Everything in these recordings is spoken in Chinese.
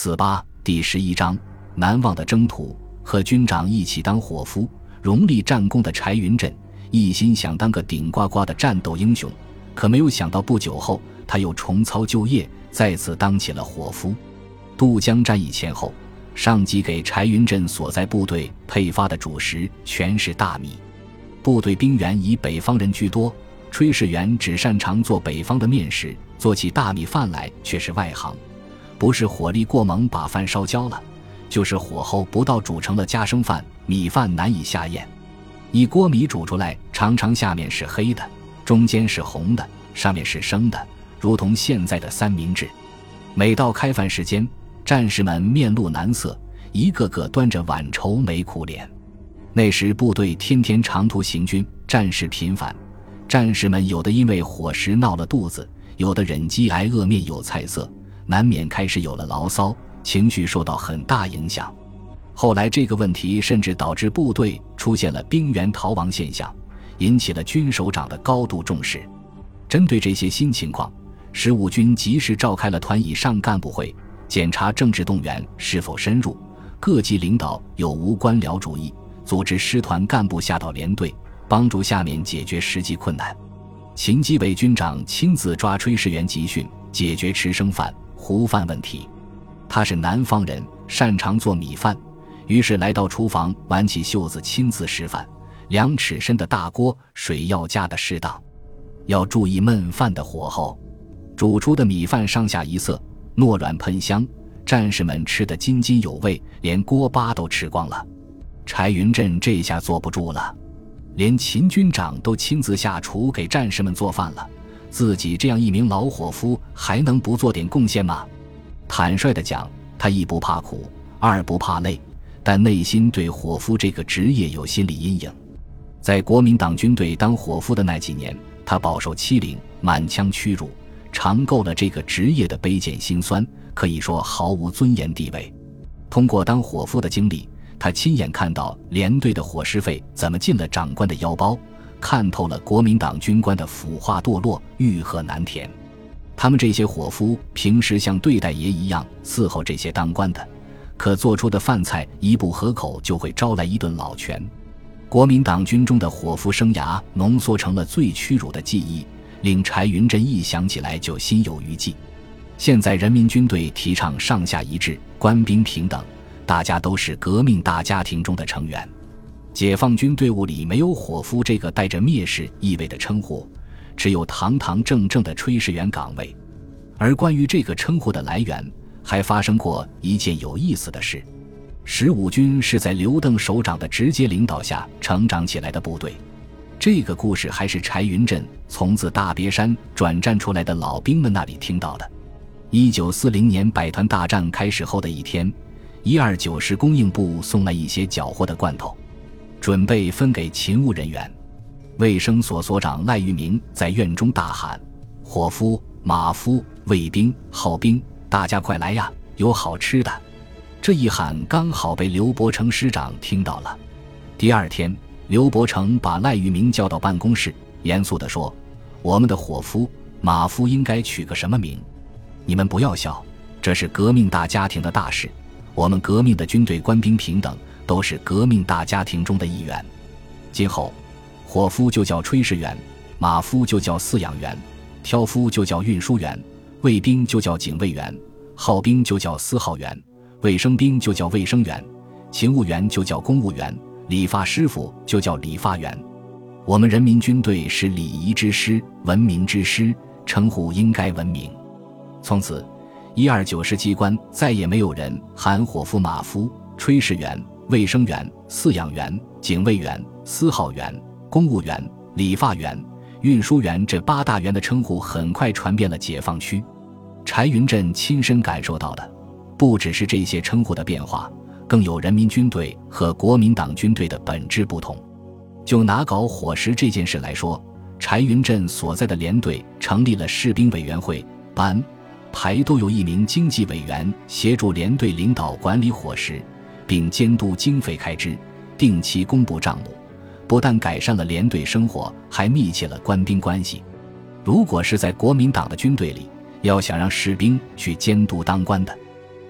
48第11章难忘的征途。和军长一起当伙夫，荣立战功的柴云振一心想当个顶呱呱的战斗英雄，可没有想到不久后他又重操旧业，再次当起了伙夫。渡江战役前后，上级给柴云振所在部队配发的主食全是大米。部队兵员以北方人居多，炊事员只擅长做北方的面食，做起大米饭来却是外行，不是火力过猛把饭烧焦了，就是火候不到煮成了夹生饭，米饭难以下咽。一锅米煮出来，常常下面是黑的，中间是红的，上面是生的，如同现在的三明治。每到开饭时间，战士们面露难色，一个个端着碗愁眉苦脸。那时部队天天长途行军，战事频繁，战士们有的因为伙食闹了肚子，有的忍饥挨饿面有菜色，难免开始有了牢骚，情绪受到很大影响。后来这个问题甚至导致部队出现了兵员逃亡现象，引起了军首长的高度重视。针对这些新情况，15军及时召开了团以上干部会，检查政治动员是否深入，各级领导有无官僚主义，组织师团干部下到连队，帮助下面解决实际困难。秦基伟军长亲自抓炊事员集训，解决吃生饭、糊饭问题。他是南方人，擅长做米饭，于是来到厨房挽起袖子亲自示范，2尺深的大锅，水要加的适当，要注意焖饭的火候，煮出的米饭上下一色，糯软喷香，战士们吃得津津有味，连锅巴都吃光了。柴云振这下坐不住了，连秦军长都亲自下厨给战士们做饭了，自己这样一名老伙夫还能不做点贡献吗？坦率地讲，他一不怕苦，二不怕累，但内心对伙夫这个职业有心理阴影。在国民党军队当伙夫的那几年，他饱受欺凌，满腔屈辱，尝够了这个职业的卑贱辛酸，可以说毫无尊严地位。通过当伙夫的经历，他亲眼看到连队的伙食费怎么进了长官的腰包，看透了国民党军官的腐化堕落，欲壑难填。他们这些伙夫平时像对待爷一样伺候这些当官的，可做出的饭菜一不合口就会招来一顿老拳。国民党军中的伙夫生涯浓缩成了最屈辱的记忆，令柴云振一想起来就心有余悸。现在人民军队提倡上下一致，官兵平等，大家都是革命大家庭中的成员。解放军队伍里没有伙夫这个带着蔑视意味的称呼，只有堂堂正正的炊事员岗位。而关于这个称呼的来源，还发生过一件有意思的事。15军是在刘邓首长的直接领导下成长起来的部队，这个故事还是柴云振从自大别山转战出来的老兵们那里听到的。1940年百团大战开始后的一天，129师供应部送来一些缴获的罐头，准备分给勤务人员。卫生所所长赖玉明在院中大喊：伙夫、马夫、卫兵、号兵，大家快来呀，有好吃的。这一喊刚好被刘伯承师长听到了。第二天，刘伯承把赖玉明叫到办公室，严肃地说：我们的伙夫、马夫应该取个什么名？你们不要笑，这是革命大家庭的大事，我们革命的军队官兵平等，都是革命大家庭中的一员。今后伙夫就叫炊事员，马夫就叫饲养员，挑夫就叫运输员，卫兵就叫警卫员，号兵就叫司号员，卫生兵就叫卫生员，勤务员就叫公务员，理发师傅就叫理发员。我们人民军队是礼仪之师，文明之师，称呼应该文明。从此129师机关再也没有人喊伙夫、马夫、炊事员、卫生员、饲养员、警卫员、司号员、公务员、理发员、运输员这8大员的称呼很快传遍了解放区。柴云振亲身感受到的不只是这些称呼的变化，更有人民军队和国民党军队的本质不同。就拿搞伙食这件事来说，柴云振所在的连队成立了士兵委员会，班排都有一名经济委员协助连队领导管理伙食，并监督经费开支，定期公布账目，不但改善了连队生活，还密切了官兵关系。如果是在国民党的军队里，要想让士兵去监督当官的，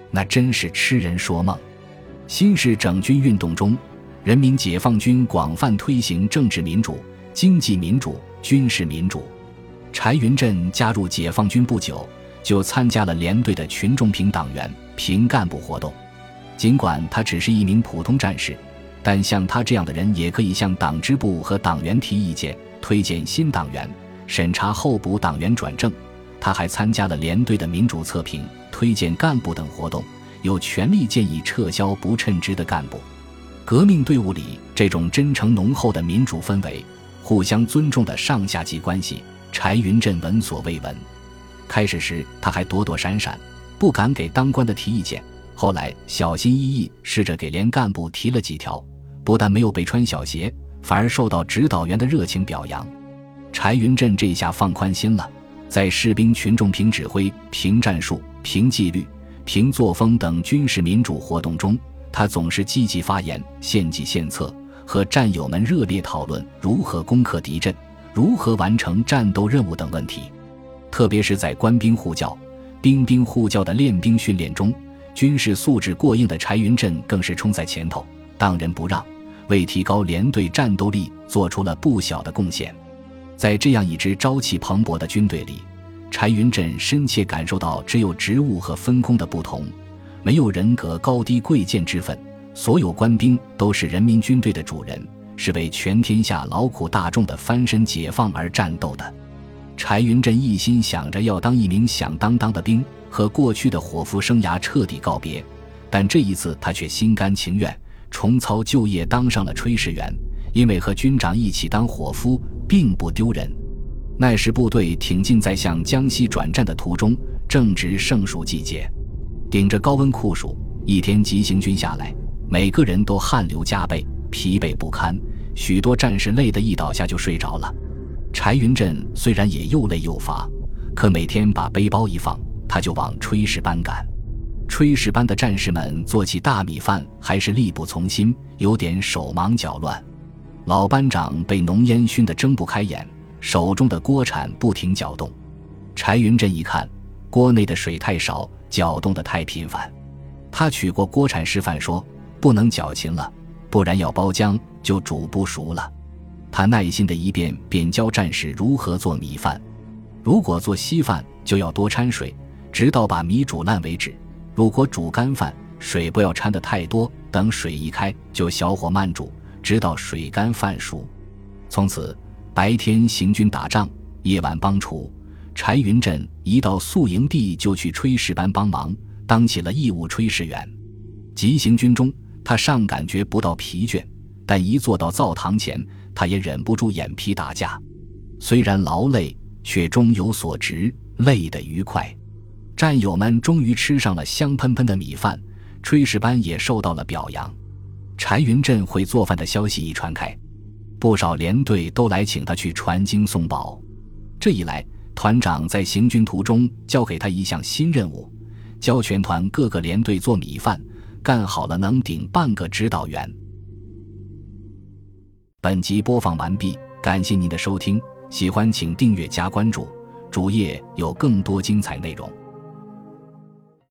那真是痴人说梦。新式整军运动中，人民解放军广泛推行政治民主、经济民主、军事民主。柴云振加入解放军不久，就参加了连队的群众评党员、评干部活动。尽管他只是一名普通战士，但像他这样的人也可以向党支部和党员提意见，推荐新党员，审查候补党员转正。他还参加了连队的民主测评、推荐干部等活动，有权利建议撤销不称职的干部。革命队伍里这种真诚浓厚的民主氛围，互相尊重的上下级关系，柴云振闻所未闻。开始时他还躲躲闪闪，不敢给当官的提意见，后来小心翼翼试着给连干部提了几条，不但没有被穿小鞋，反而受到指导员的热情表扬。柴云振这下放宽心了，在士兵群众评指挥、评战术、评纪律、评作风等军事民主活动中，他总是积极发言，献计献策，和战友们热烈讨论如何攻克敌阵，如何完成战斗任务等问题。特别是在官兵护教、兵兵护教的练兵训练中，军事素质过硬的柴云振更是冲在前头，当仁不让，为提高连队战斗力做出了不小的贡献。在这样一支朝气蓬勃的军队里，柴云振深切感受到只有职务和分工的不同，没有人格高低贵贱之分，所有官兵都是人民军队的主人，是为全天下劳苦大众的翻身解放而战斗的。柴云振一心想着要当一名响当当的兵，和过去的伙夫生涯彻底告别，但这一次他却心甘情愿重操旧业，当上了炊事员，因为和军长一起当伙夫并不丢人。那时部队挺进在向江西转战的途中，正值盛暑季节，顶着高温酷暑，一天急行军下来，每个人都汗流浃背，疲惫不堪，许多战士累得一倒下就睡着了。柴云振虽然也又累又乏，可每天把背包一放，他就往炊事班赶。炊事班的战士们做起大米饭还是力不从心，有点手忙脚乱。老班长被浓烟熏得睁不开眼，手中的锅铲不停搅动。柴云振一看，锅内的水太少，搅动得太频繁。他取过锅铲示范说，不能搅勤了，不然要包浆就煮不熟了。他耐心地一遍遍教战士如何做米饭，如果做稀饭就要多掺水，直到把米煮烂为止，如果煮干饭，水不要掺得太多，等水一开就小火慢煮，直到水干饭熟。从此白天行军打仗，夜晚帮厨。柴云振一到宿营地就去炊事班帮忙，当起了义务炊事员。急行军中，他尚感觉不到疲倦，但一坐到灶堂前，他也忍不住眼皮打架。虽然劳累，却终有所值，累得愉快。战友们终于吃上了香喷喷的米饭，炊事班也受到了表扬。柴云振会做饭的消息一传开，不少连队都来请他去传经送宝。这一来，团长在行军途中交给他一项新任务，教全团各个连队做米饭，干好了能顶半个指导员。本集播放完毕，感谢您的收听，喜欢请订阅加关注，主页有更多精彩内容。